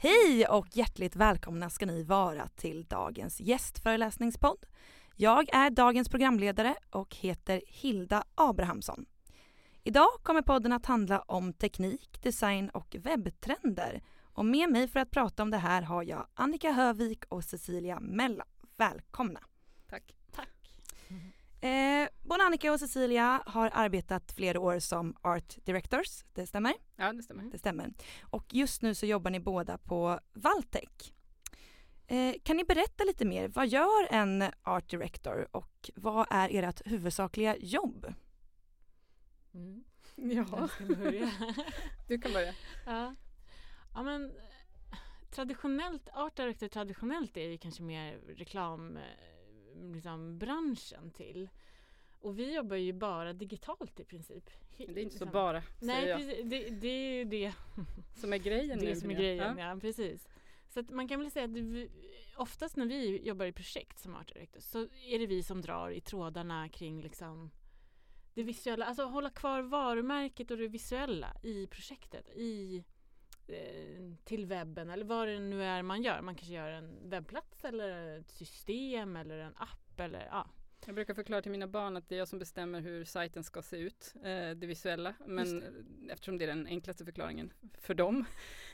Hej och hjärtligt välkomna ska ni vara till dagens gästföreläsningspodd. Jag är dagens programledare och heter Hilda Abrahamsson. Idag kommer podden att handla om teknik, design och webbtrender. Och med mig för att prata om det här har jag Annika Hövik och Cecilia Mella. Välkomna. Tack. Både Annika och Cecilia har arbetat flera år som art directors, det stämmer? Ja, det stämmer. Det stämmer. Och just nu så jobbar ni båda på Valtech. Kan ni berätta lite mer? Vad gör en art director och vad är ert huvudsakliga jobb? Ja, du kan börja. Ja, men traditionellt, art director traditionellt är ju kanske mer reklam branschen till. Och vi jobbar ju bara digitalt i princip. Det är inte så bara. Nej, precis, det är ju det som är grejen. Det som är grejen, ja precis. Så att man kan väl säga att oftast när vi jobbar i projekt som art director så är det vi som drar i trådarna kring liksom det visuella, alltså hålla kvar varumärket och det visuella i projektet, till webben eller vad det nu är man gör. Man kanske gör en webbplats eller ett system eller en app eller ja. Jag brukar förklara till mina barn att det är jag som bestämmer hur sajten ska se ut, det visuella. Men eftersom det är den enklaste förklaringen för dem.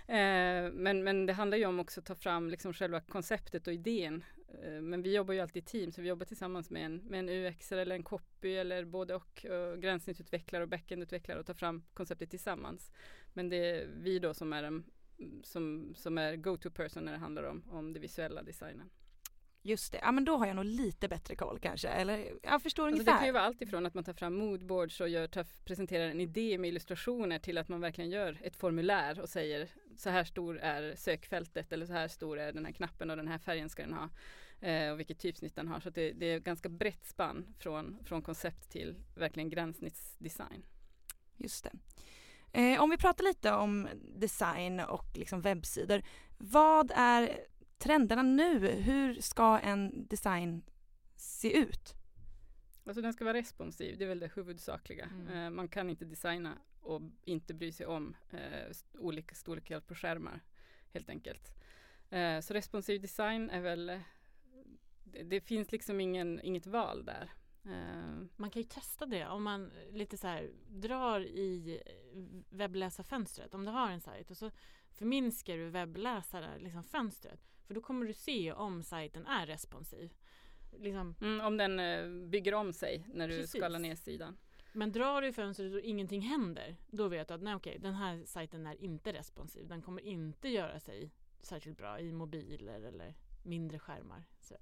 Men det handlar ju om också att ta fram liksom själva konceptet och idén. Men vi jobbar ju alltid i team, så vi jobbar tillsammans med en UX eller en copy eller både och gränssnittutvecklare och backendutvecklare och ta fram konceptet tillsammans. Men det är vi då som är som är go-to-person när det handlar om det visuella designen. Just det, ja men då har jag nog lite bättre koll kanske, eller jag förstår alltså ungefär. Det kan ju vara allt ifrån att man tar fram moodboards och presenterar en idé med illustrationer till att man verkligen gör ett formulär och säger så här stor är sökfältet eller så här stor är den här knappen och den här färgen ska den ha och vilket typsnitt den har. Så att det är ganska brett spann från koncept till verkligen gränssnittsdesign. Just det. Om vi pratar lite om design och liksom webbsidor, vad är trenderna nu? Hur ska en design se ut? Alltså den ska vara responsiv, det är väl det huvudsakliga. Man kan inte designa och inte bry sig om olika storlekar på skärmar helt enkelt. Så responsiv design är väl, det finns liksom inget val där. Man kan ju testa det om man lite så här drar i webbläsarfönstret. Om du har en sajt och så förminskar du webbläsare liksom fönstret. För då kommer du se om sajten är responsiv. Liksom. Om den bygger om sig när du skallar ner sidan. Men drar du i fönstret och ingenting händer, då vet du att nej, okej, den här sajten är inte responsiv. Den kommer inte göra sig särskilt bra i mobiler eller mindre skärmar.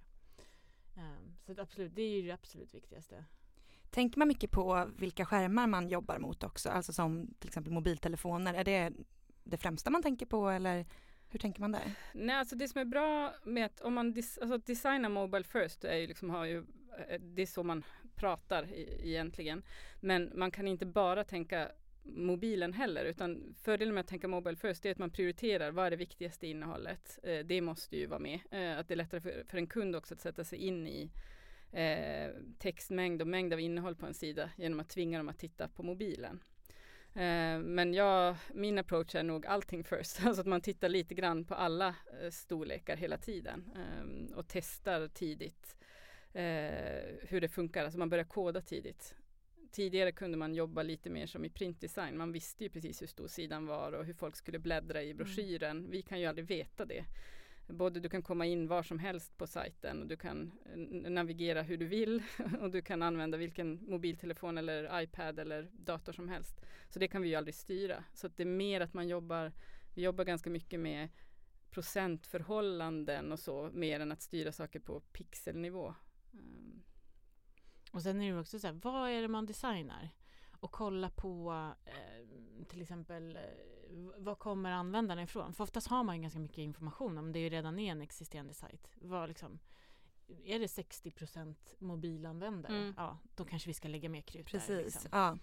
Så att absolut, det är ju det absolut viktigaste. Tänker man mycket på vilka skärmar man jobbar mot också? Alltså som till exempel mobiltelefoner. Är det främsta man tänker på eller hur tänker man där? Nej, alltså det som är bra med att om man designar mobile first är ju liksom, det är så man pratar egentligen. Men man kan inte bara tänka mobilen heller, utan fördelen med att tänka mobile first är att man prioriterar vad är det viktigaste innehållet. Det måste ju vara med. Att det är lättare för en kund också att sätta sig in i textmängd och mängd av innehåll på en sida genom att tvinga dem att titta på mobilen. Men min approach är nog allting first. Alltså att man tittar lite grann på alla storlekar hela tiden och testar tidigt hur det funkar. Alltså man börjar koda tidigt. Tidigare kunde man jobba lite mer som i printdesign. Man visste ju precis hur stor sidan var och hur folk skulle bläddra i broschyren. Vi kan ju aldrig veta det. Du kan komma in var som helst på sajten och du kan navigera hur du vill och du kan använda vilken mobiltelefon eller iPad eller dator som helst. Så det kan vi ju aldrig styra. Så att det är mer att vi jobbar ganska mycket med procentförhållanden och så, mer än att styra saker på pixelnivå. Och sen är det också så här, vad är det man designar? Och kolla på till exempel vad kommer användarna ifrån? För oftast har man ju ganska mycket information om det ju redan är en existerande sajt. Är det 60% mobilanvändare? Ja, då kanske vi ska lägga mer krut där. Precis, liksom. ja.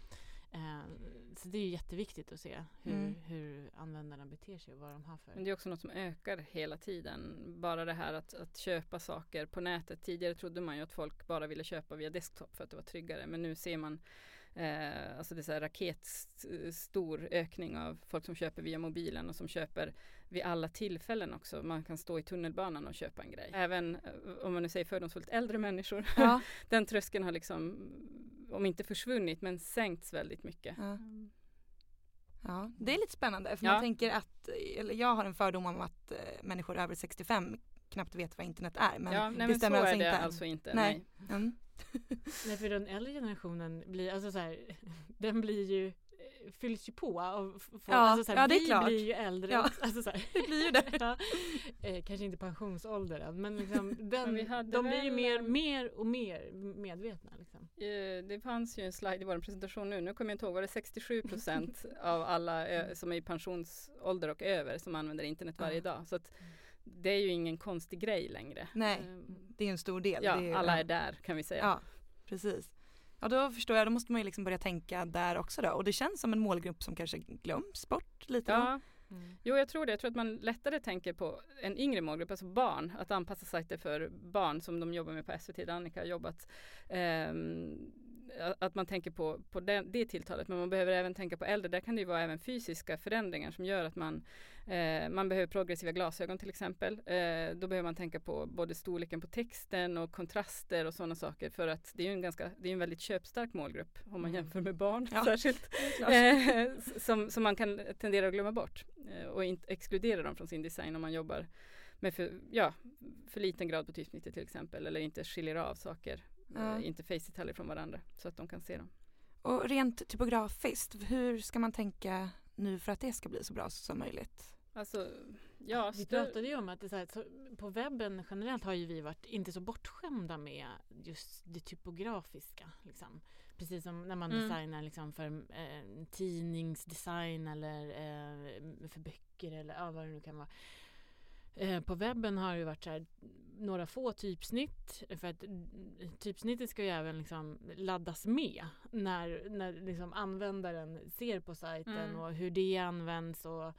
Så det är ju jätteviktigt att se hur användarna beter sig och vad de har för. Men det är också något som ökar hela tiden. Bara det här att köpa saker på nätet. Tidigare trodde man ju att folk bara ville köpa via desktop för att det var tryggare. Men nu ser man Alltså det är så här raketstor ökning av folk som köper via mobilen och som köper vid alla tillfällen också. Man kan stå i tunnelbanan och köpa en grej. Även om man nu säger fördomsfullt äldre människor. Ja. Den tröskeln har liksom, om inte försvunnit, men sänkts väldigt mycket. Ja. Ja, det är lite spännande för Ja. man tänker att, eller jag har en fördom om att människor över 65 knappt vet vad internet är. Men Ja, nej, det men stämmer så alltså är det inte. alltså inte. Nej. Nej. Mm. Nej, för den äldre generationen blir, alltså så här, den blir ju, fylls ju på av folk. Ja, Alltså så här, ja, det är vi klart. blir ju äldre. Ja. Alltså så här. Det blir ju det. Ja, kanske inte pensionsåldern, men liksom Men vi hade de blir ju väl, mer och mer medvetna. Liksom. Det fanns ju en slide i vår presentation nu kommer jag inte ihåg, var det 67% av alla som är i pensionsålder och över som använder internet varje dag. Så att det är ju ingen konstig grej längre. Nej, det är en stor del. Ja, det är, alla är där kan vi säga. Ja, precis. Ja, då förstår jag. Då måste man ju liksom börja tänka där också då. Och det känns som en målgrupp som kanske glöms bort lite. Ja. Jo, jag tror det. Jag tror att man lättare tänker på en yngre målgrupp, alltså barn, att anpassa sajter för barn som de jobbar med på SVT, där Annika har jobbat. Att man tänker på det tilltalet, men man behöver även tänka på äldre. Där kan det ju vara även fysiska förändringar som gör att man behöver progressiva glasögon till exempel. Då behöver man tänka på både storleken på texten och kontraster och sådana saker, för att det är ju en väldigt köpstark målgrupp om man jämför med barn särskilt. Som man kan tendera att glömma bort och inte exkludera dem från sin design om man jobbar med för liten grad på typsnittet till exempel, eller inte skiljer av saker. Interface-detaljer från varandra så att de kan se dem. Och rent typografiskt, hur ska man tänka nu för att det ska bli så bra som möjligt? Alltså, vi pratade ju om att det så här, så på webben generellt har ju vi varit inte så bortskämda med just det typografiska. Liksom. Precis som när man designar liksom, för tidningsdesign eller för böcker eller vad det nu kan vara. På webben har det varit så här, några få typsnitt, för att typsnittet ska ju även liksom laddas med när liksom användaren ser på sajten och hur det används och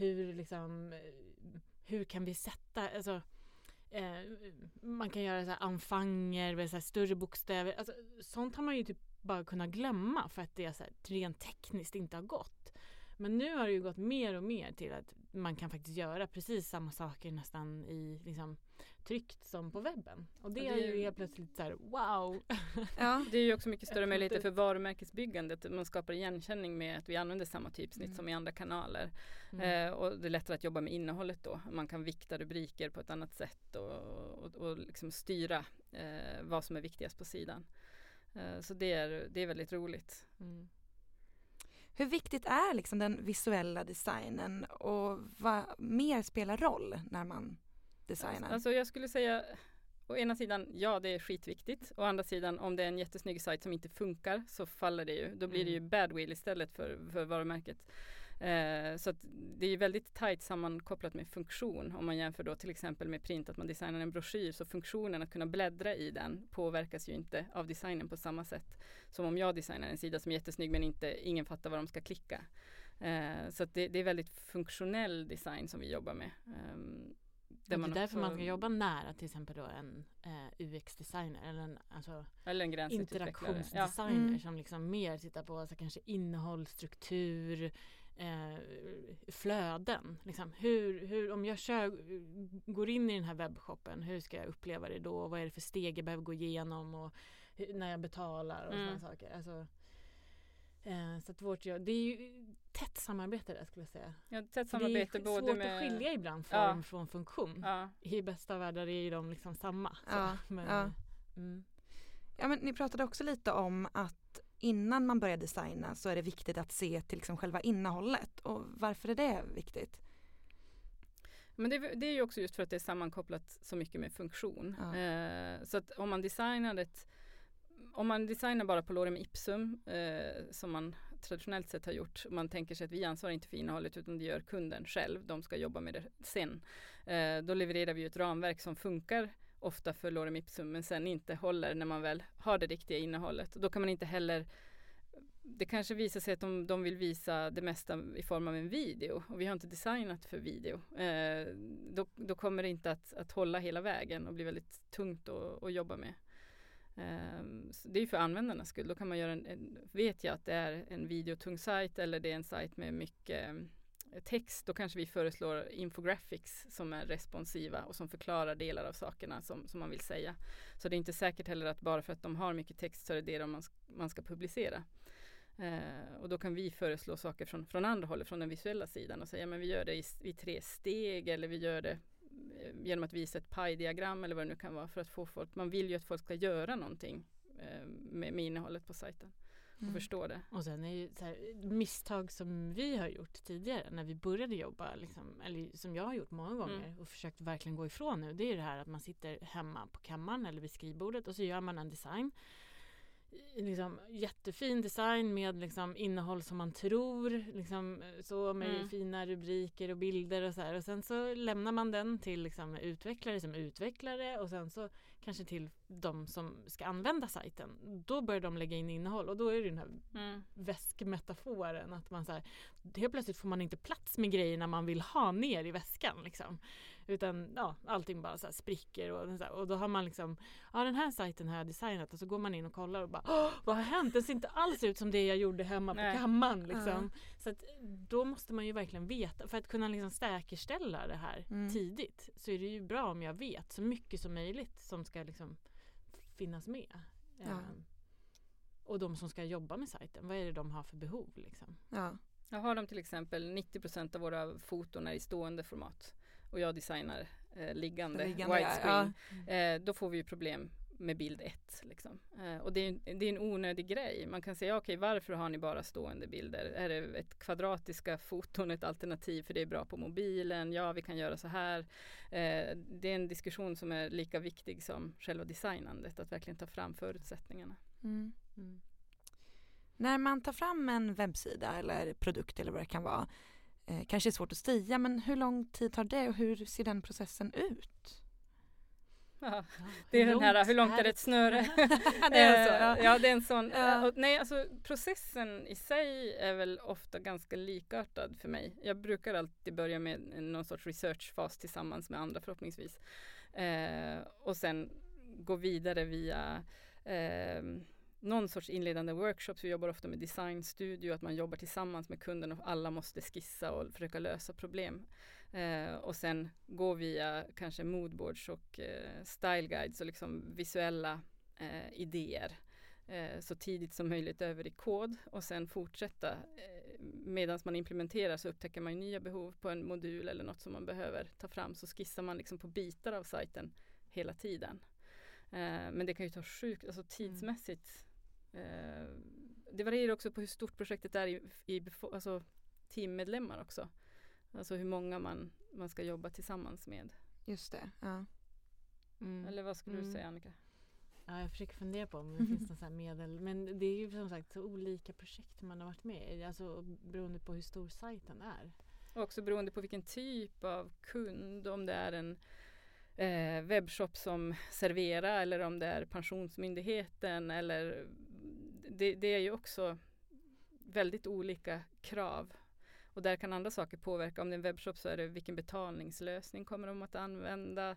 hur kan vi sätta, alltså man kan göra så här anfanger med så här större bokstäver, alltså, sånt har man ju typ bara kunnat glömma för att det är så här, rent tekniskt inte har gått. Men nu har det ju gått mer och mer till att man kan faktiskt göra precis samma saker nästan i liksom, tryckt som på webben. Och det är ju helt plötsligt så här, wow! Ja. Det är ju också mycket större möjligheter för varumärkesbyggandet. Man skapar igenkänning med att vi använder samma typsnitt som i andra kanaler. Och det är lättare att jobba med innehållet då. Man kan vikta rubriker på ett annat sätt och liksom styra vad som är viktigast på sidan. Så det är väldigt roligt. Hur viktigt är liksom den visuella designen och vad mer spelar roll när man designar? Alltså jag skulle säga, å ena sidan, ja det är skitviktigt. Å andra sidan, om det är en jättesnygg sajt som inte funkar så faller det ju. Då blir det ju badwill istället för varumärket. Så att det är ju väldigt tajt sammankopplat med funktion. Om man jämför då till exempel med print, att man designar en broschyr, så funktionen att kunna bläddra i den påverkas ju inte av designen på samma sätt som om jag designar en sida som är jättesnygg men ingen fattar vad de ska klicka. Så att det är väldigt funktionell design som vi jobbar med. Det är därför man ska jobba nära till exempel då en UX-designer eller en interaktionsdesigner som liksom mer tittar på alltså kanske innehåll, struktur, flöden. Liksom. Hur, om jag går in i den här webbshoppen, hur ska jag uppleva det då? Vad är det för steg jag behöver gå igenom och när jag betalar och sådana saker. Alltså, så att det är ju tätt samarbete där skulle jag säga. Ja, tätt samarbete det är både svårt att skilja ibland form från funktion. Ja. I bästa världar är ju de liksom samma. Ja, men ni pratade också lite om att innan man börjar designa så är det viktigt att se till liksom själva innehållet. Och varför är det viktigt? Men det är ju också just för att det är sammankopplat så mycket med funktion. Ja. Så att om man designar bara på lorem ipsum som man traditionellt sett har gjort. Man tänker sig att vi ansvarar inte för innehållet utan det gör kunden själv. De ska jobba med det sen. Då levererar vi ett ramverk som funkar ofta för lorem ipsum men sen inte håller när man väl har det riktiga innehållet. Då kan man inte heller, det kanske visar sig att de vill visa det mesta i form av en video och vi har inte designat för video. Då kommer det inte att hålla hela vägen och bli väldigt tungt att jobba med. Så det är ju för användarnas skull. Då kan man göra vet jag att det är en videotung sajt eller det är en sajt med mycket text, då kanske vi föreslår infographics som är responsiva och som förklarar delar av sakerna som man vill säga. Så det är inte säkert heller att bara för att de har mycket text så är det man ska publicera. Och då kan vi föreslå saker från andra hållet, från den visuella sidan och säga men vi gör det i 3 steg eller vi gör det genom att visa ett pie-diagram eller vad det nu kan vara för att få folk, man vill ju att folk ska göra någonting med innehållet på sajten. Och förstå det. Och sen är ju så här, misstag som vi har gjort tidigare när vi började jobba, liksom, eller som jag har gjort många gånger och försökt verkligen gå ifrån nu, det är det här att man sitter hemma på kammaren eller vid skrivbordet och så gör man en design. Liksom, jättefin design med liksom, innehåll som man tror liksom, så med fina rubriker och bilder och så här. Och sen så lämnar man den till liksom, utvecklare som utvecklare och sen så kanske till de som ska använda sajten. Då börjar de lägga in innehåll och då är det den här väskmetaforen att man så här, helt plötsligt får man inte plats med grejerna man vill ha ner i väskan liksom. Utan allting bara så här spricker och då har man liksom den här sajten har jag designat och så går man in och kollar och bara vad har hänt? Den ser inte alls ut som det jag gjorde hemma på kammaren liksom. Så att då måste man ju verkligen veta för att kunna liksom säkerställa det här tidigt så är det ju bra om jag vet så mycket som möjligt som ska liksom finnas med. Och de som ska jobba med sajten, vad är det de har för behov liksom? Jag har de till exempel 90% av våra foton är i stående format. Och jag designar liggande widescreen. Då får vi ju problem med bild 1. Liksom. Och det är en onödig grej. Man kan säga, okej, varför har ni bara stående bilder? Är det ett kvadratiska foton ett alternativ för det är bra på mobilen? Ja, vi kan göra så här. Det är en diskussion som är lika viktig som själva designandet. Att verkligen ta fram förutsättningarna. När man tar fram en webbsida eller produkt eller vad det kan vara, kanske är svårt att säga, men hur lång tid tar det och hur ser den processen ut? Ja, det är den här, hur långt är det ett snöre? Det är så, ja, det är en sån. Nej, alltså processen i sig är väl ofta ganska likartad för mig. Jag brukar alltid börja med någon sorts researchfas tillsammans med andra förhoppningsvis. Och sen gå vidare via någon sorts inledande workshops. Vi jobbar ofta med designstudio, att man jobbar tillsammans med kunden och alla måste skissa och försöka lösa problem. Och sen gå via kanske moodboards och style guides och liksom visuella idéer så tidigt som möjligt över i kod och sen fortsätta medan man implementerar så upptäcker man nya behov på en modul eller något som man behöver ta fram så skissar man liksom på bitar av sajten hela tiden. Men det kan ju ta sjukt, alltså tidsmässigt. Det varierar också på hur stort projektet är i alltså teammedlemmar också. Alltså hur många man ska jobba tillsammans med. Just det, ja. Eller vad skulle du säga, Annika? Ja, jag försöker fundera på om det finns någon sån här medel. Men det är ju som sagt så olika projekt man har varit med i. Alltså beroende på hur stor sajten är. Och också beroende på vilken typ av kund. Om det är en webbshop som serverar eller om det är pensionsmyndigheten. Eller det är ju också väldigt olika krav. Och där kan andra saker påverka. Om det är en webbshop så är det vilken betalningslösning kommer de att använda.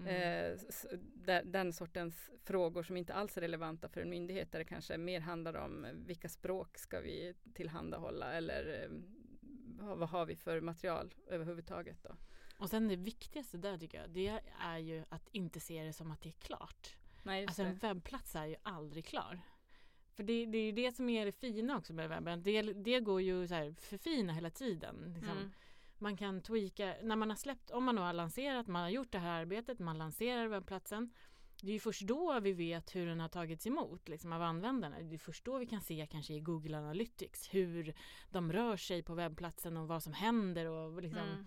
Den sortens frågor som inte alls är relevanta för en myndighet. Där det kanske mer handlar om vilka språk ska vi tillhandahålla. Eller vad har vi för material överhuvudtaget då. Och sen det viktigaste där tycker jag. Det är ju att inte se det som att det är klart. Nej, alltså en webbplats är ju aldrig klar. För det är ju det som är det fina också med webben. Det går ju så här förfina hela tiden. Liksom. Man kan tweaka, när man har släppt, om man nu har lanserat, man har gjort det här arbetet, man lanserar webbplatsen. Det är ju först då vi vet hur den har tagits emot liksom, av användarna. Det är först då vi kan se kanske i Google Analytics hur de rör sig på webbplatsen och vad som händer och liksom,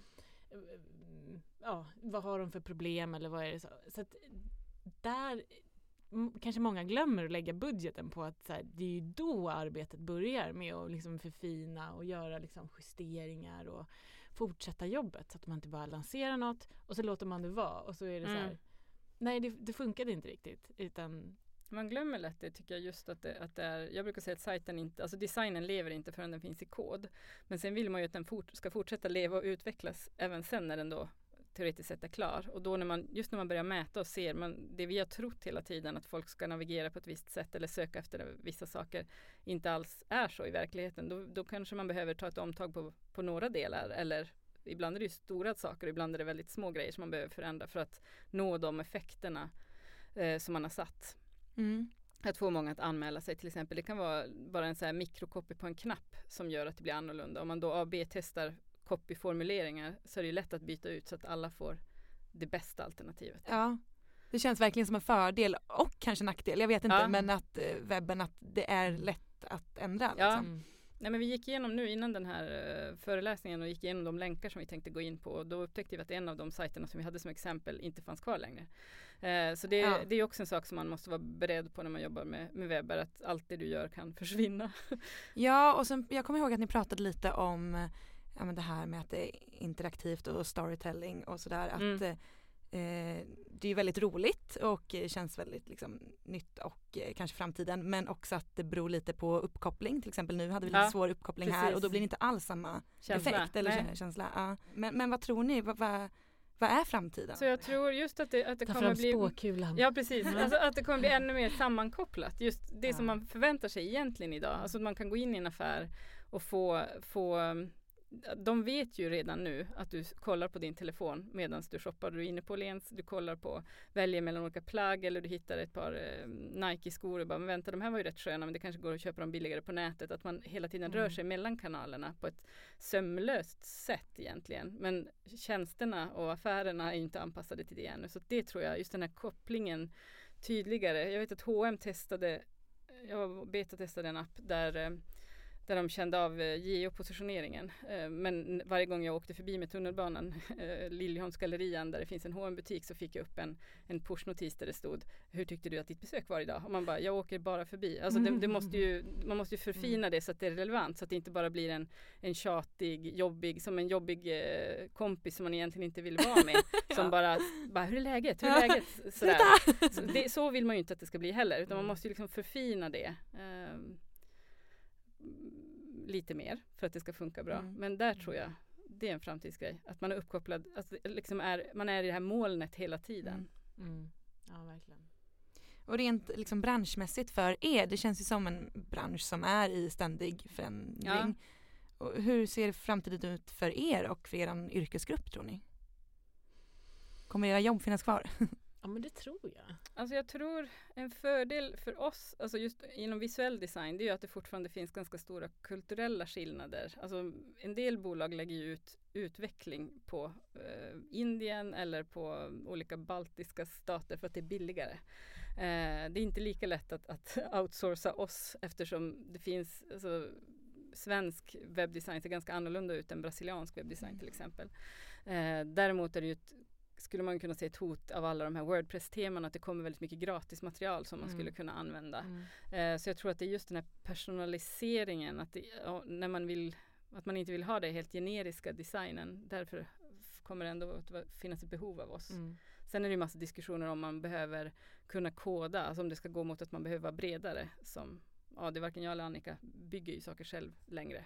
vad har de för problem eller vad är det så. Så att där kanske många glömmer att lägga budgeten på att så här, det är ju då arbetet börjar med att liksom förfina och göra liksom justeringar och fortsätta jobbet så att man inte bara lanserar något och så låter man det vara och så är det så här, nej det funkade inte riktigt utan man glömmer lätt det tycker jag just att det är, jag brukar säga att sajten inte, alltså designen lever inte förrän den finns i kod men sen vill man ju att den ska fortsätta leva och utvecklas även sen när den då teoretiskt sett är klar. Och då när man börjar mäta och ser det vi har trott hela tiden att folk ska navigera på ett visst sätt eller söka efter vissa saker inte alls är så i verkligheten. Då kanske man behöver ta ett omtag på några delar, eller ibland är det ju stora saker, ibland är det väldigt små grejer som man behöver förändra för att nå de effekterna som man har satt. Att få många att anmäla sig till exempel. Det kan vara bara en så här mikrokopy på en knapp som gör att det blir annorlunda. Om man då AB-testar copyformuleringar så är det ju lätt att byta ut så att alla får det bästa alternativet. Ja, det känns verkligen som en fördel och kanske nackdel. Jag vet inte, men att webben, att det är lätt att ändra. Liksom. Ja. Nej, men vi gick igenom nu innan den här föreläsningen och gick igenom de länkar som vi tänkte gå in på. Och då upptäckte vi att en av de sajterna som vi hade som exempel inte fanns kvar längre. Så det är också en sak som man måste vara beredd på när man jobbar med webbar, att allt det du gör kan försvinna. Ja, och sen, jag kommer ihåg att ni pratade lite om det här med att det är interaktivt och storytelling och sådär. Att det är väldigt roligt och känns väldigt liksom nytt och kanske framtiden, men också att det beror lite på uppkoppling. Till exempel nu hade vi lite svår uppkoppling här och då blir det inte alls samma effekt eller känsla. Ja. Men vad tror ni? Vad är framtiden? Så jag tror just att det kommer bli spåkulan. Ja, precis. Alltså att det kommer bli ännu mer sammankopplat. Just det som man förväntar sig egentligen idag. Alltså att man kan gå in i en affär och få de vet ju redan nu att du kollar på din telefon medan du shoppar. Du är inne på Åhléns, du kollar på, väljer mellan olika plagg eller du hittar ett par Nike-skor och bara, men vänta, de här var ju rätt sköna, men det kanske går att köpa dem billigare på nätet. Att man hela tiden rör sig mellan kanalerna på ett sömlöst sätt egentligen. Men tjänsterna och affärerna är ju inte anpassade till det ännu. Så det tror jag, just den här kopplingen tydligare. Jag vet att H&M jag betatestade en app där de kände av geopositioneringen. Men varje gång jag åkte förbi med tunnelbanan, Liljeholmsgallerian där det finns en H&M-butik, så fick jag upp en pushnotis där det stod: hur tyckte du att ditt besök var idag? Och man bara, jag åker bara förbi. Alltså man måste ju förfina det så att det är relevant, så att det inte bara blir en tjatig, jobbig kompis som man egentligen inte vill vara med. Som bara, hur är läget? Sådär. Så vill man ju inte att det ska bli heller, utan man måste ju liksom förfina det. Lite mer för att det ska funka bra. Men där tror jag det är en framtidsgrej. Att man är uppkopplad, alltså liksom man är i det här molnet hela tiden. Ja, verkligen. Och rent liksom branschmässigt för er, det känns ju som en bransch som är i ständig förändring. Ja. Och hur ser framtiden ut för er och för er yrkesgrupp, tror ni? Kommer era jobb finnas kvar? Ja, men det tror jag. Alltså jag tror en fördel för oss, alltså just inom visuell design, det är ju att det fortfarande finns ganska stora kulturella skillnader. Alltså en del bolag lägger ju ut utveckling på Indien eller på olika baltiska stater för att det är billigare. Det är inte lika lätt att outsourca oss, eftersom det finns, alltså, svensk webbdesign ser ganska annorlunda ut än brasiliansk webbdesign till exempel. Däremot är det ju skulle man kunna se ett hot av alla de här WordPress-teman, att det kommer väldigt mycket gratis material som man skulle kunna använda. Så jag tror att det är just den här personaliseringen, att att man inte vill ha det helt generiska designen. Därför kommer det ändå att finnas ett behov av oss. Sen är det ju massa diskussioner om man behöver kunna koda, alltså om det ska gå mot att man behöver vara bredare. Det är varken jag eller Annika bygger ju saker själv längre.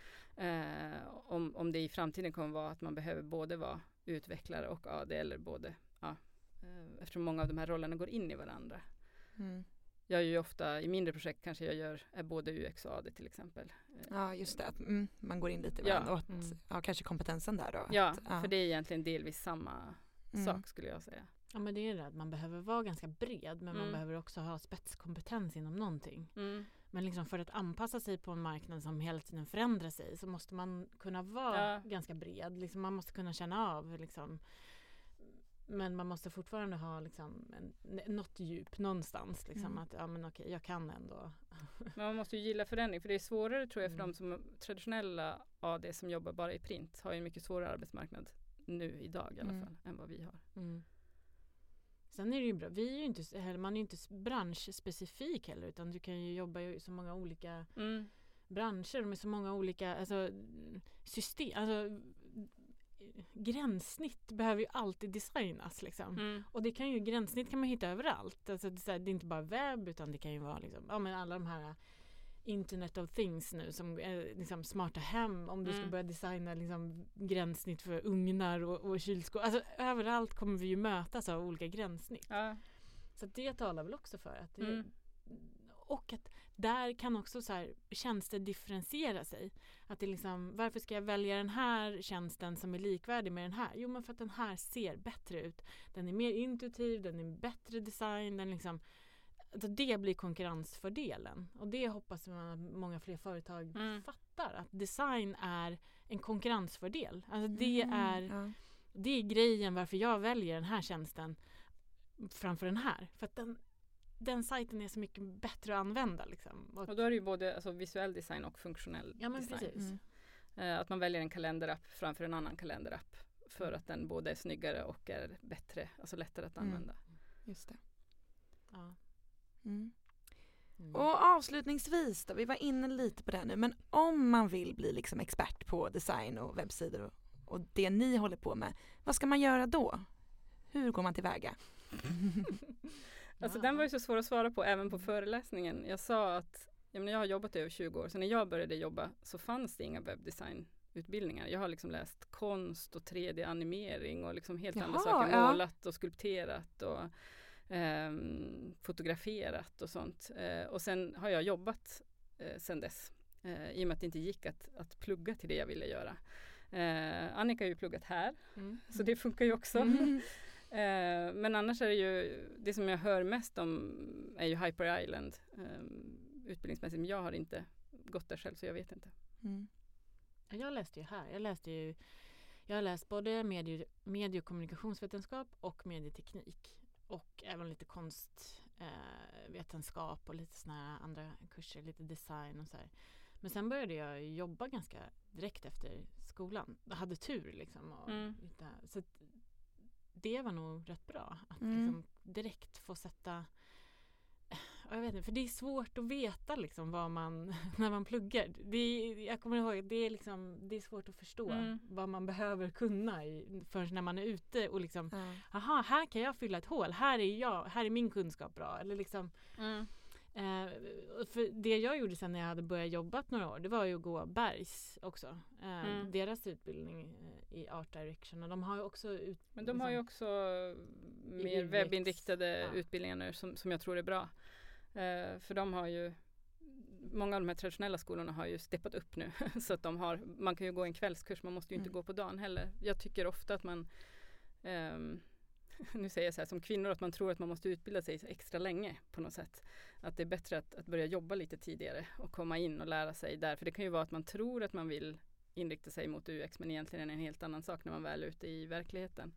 Om det i framtiden kommer vara att man behöver både vara utvecklare och AD, eller både, eftersom många av de här rollerna går in i varandra. Jag är ju ofta i mindre projekt kanske jag är både UX och AD till exempel. Ja, just det. Man går in lite i varandra och kanske kompetensen där då. Ja, för det är egentligen delvis samma sak, skulle jag säga. Ja, men det är det att man behöver vara ganska bred, men man behöver också ha spetskompetens inom någonting. Men liksom för att anpassa sig på en marknad som hela tiden förändrar sig, så måste man kunna vara ganska bred. Liksom man måste kunna känna av. Liksom. Men man måste fortfarande ha liksom något djup någonstans. Liksom, att okej, jag kan ändå. Men man måste ju gilla förändring. För det är svårare, tror jag, för de som traditionella AD som jobbar bara i print. Har ju en mycket svårare arbetsmarknad nu idag i alla fall än vad vi har. Sen är det ju bra. Man är ju inte branschspecifik heller, utan du kan ju jobba i så många olika branscher med så många olika system. Alltså, gränssnitt behöver ju alltid designas liksom. Och gränssnitt kan man hitta överallt. Alltså, det är inte bara webb, utan det kan ju vara liksom, men alla de här Internet of Things nu som liksom smarta hem, om du ska börja designa liksom gränssnitt för ugnar och kylskåp. Alltså överallt kommer vi ju mötas av olika gränssnitt. Ja. Så det talar väl också för att det, och att där kan också så här tjänster differentiera sig. Att det liksom, varför ska jag välja den här tjänsten som är likvärdig med den här? Jo, men för att den här ser bättre ut. Den är mer intuitiv, den är bättre design, den liksom, alltså det blir konkurrensfördelen. Och det hoppas man att många fler företag fattar. Att design är en konkurrensfördel. Alltså det är grejen varför jag väljer den här tjänsten framför den här. För att den sajten är så mycket bättre att använda. Liksom. Och då är det ju både alltså, visuell design och funktionell design. Precis. Att man väljer en kalenderapp framför en annan kalenderapp. För att den både är snyggare och är bättre, alltså lättare att använda. Just det. Ja. Och avslutningsvis då, vi var inne lite på det nu, men om man vill bli liksom expert på design och webbsidor och det ni håller på med, vad ska man göra då? Hur går man tillväga? Alltså den var ju så svår att svara på även på föreläsningen. Jag sa att jag har jobbat i över 20 år, så när jag började jobba så fanns det inga webbdesignutbildningar. Jag har liksom läst konst och 3D-animering och liksom helt andra saker, målat och skulpterat och fotograferat och sånt. Och sen har jag jobbat sen dess, i och med att det inte gick att plugga till det jag ville göra. Annika har ju pluggat här, så det funkar ju också. Men annars är det ju, det som jag hör mest om är ju Hyper Island utbildningsmässigt, men jag har inte gått där själv så jag vet inte. Jag läste ju här. Jag har läst både medie- och kommunikationsvetenskap och medieteknik. Och även lite konstvetenskap och lite såna här andra kurser, lite design och så här. Men sen började jag jobba ganska direkt efter skolan. Jag hade tur liksom. Och så det var nog rätt bra. Att liksom direkt få sätta... Jag vet inte, för det är svårt att veta liksom vad man, när man pluggar. Jag kommer ihåg att det är svårt att förstå vad man behöver kunna förrän när man är ute och liksom, aha, här kan jag fylla ett hål. Här är min kunskap bra. Eller liksom, för det jag gjorde sen när jag hade börjat jobba några år, det var ju att gå Bergs också. Deras utbildning i Art Direction. Och de har ju också men de har ju också mer webbinriktade utbildningar nu som jag tror är bra. För de har ju, många av de här traditionella skolorna har ju steppat upp nu. Så att man kan ju gå en kvällskurs, man måste ju inte gå på dagen heller. Jag tycker ofta att man, nu säger jag så här, som kvinnor att man tror att man måste utbilda sig extra länge på något sätt. Att det är bättre att börja jobba lite tidigare och komma in och lära sig där. För det kan ju vara att man tror att man vill inrikta sig mot UX, men egentligen är det en helt annan sak när man väl är ute i verkligheten.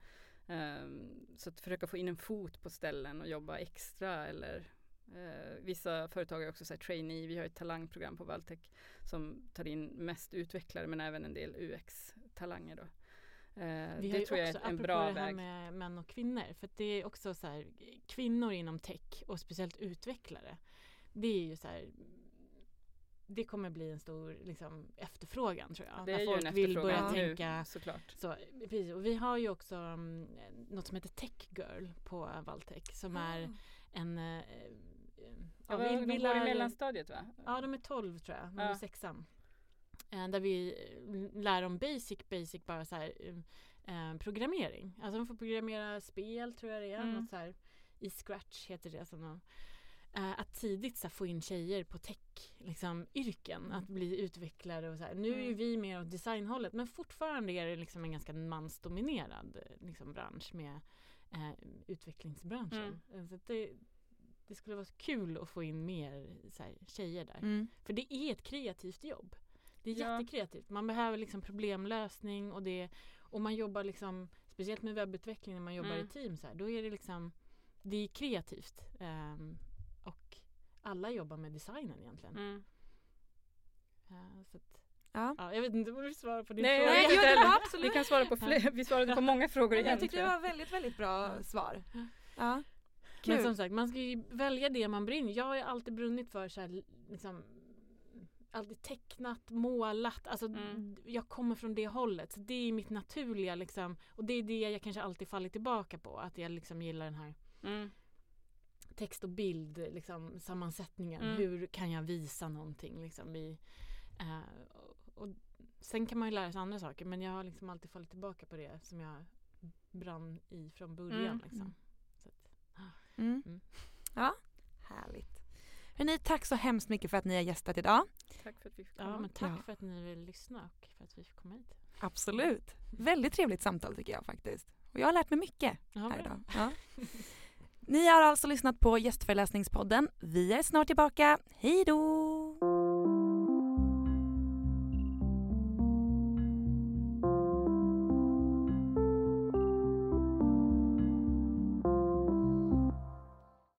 Så att försöka få in en fot på ställen och jobba extra eller... vissa företag är också så här, trainee. Vi har ett talangprogram på Valtech som tar in mest utvecklare men även en del UX-talanger då. Det tror jag är en bra väg. Det här med män och kvinnor, för att det är också så här, kvinnor inom tech och speciellt utvecklare, det är ju så här, det kommer bli en stor liksom, efterfrågan tror jag. Det är när ju folk en vill börja nu, tänka såklart. Så, precis. Och vi har ju också något som heter Tech Girl på Valtech som är en de går i mellanstadiet va? Ja, de är 12 tror jag. De är 6an. Där vi lär om basic bara så här programmering. Alltså de får programmera spel tror jag det är. Något så här, i Scratch heter det som att tidigt så här, få in tjejer på tech liksom, yrken. Att bli utvecklare och så här. Nu är ju vi mer åt designhållet, men fortfarande är det liksom en ganska mansdominerad liksom, bransch med utvecklingsbranschen. Så att det skulle vara kul att få in mer så här, tjejer där. För det är ett kreativt jobb. Det är jättekreativt. Man behöver liksom problemlösning och man jobbar liksom, speciellt med webbutveckling när man jobbar i team så här, då är det liksom, det är kreativt. Och alla jobbar med designen egentligen. Så att, jag vet inte vad vi svarar på din fråga. Nej, absolut. Vi kan svara på fler. Vi svarade på många frågor igen. Jag tyckte det var väldigt, väldigt bra svar. Ja. Kul. Men som sagt, man ska ju välja det man brinner. Jag har ju alltid brunnit för så här, liksom, alltid tecknat, målat. Alltså, jag kommer från det hållet. Så det är mitt naturliga liksom. Och det är det jag kanske alltid faller tillbaka på. Att jag liksom gillar den här text och bild liksom, sammansättningen. Mm. Hur kan jag visa någonting liksom, och sen kan man ju lära sig andra saker, men jag har liksom alltid fallit tillbaka på det som jag brann i från början. Liksom. Så att, Ja, härligt. Hörrni, tack så hemskt mycket för att ni har gästat idag. Tack för att vi fick komma. ja, men tack för att ni vill lyssna och för att vi fick komma hit. Absolut. Väldigt trevligt samtal tycker jag faktiskt. Och jag har lärt mig mycket här idag. Ja. Ni har alltså lyssnat på Gästföreläsningspodden. Vi är snart tillbaka. Hej då!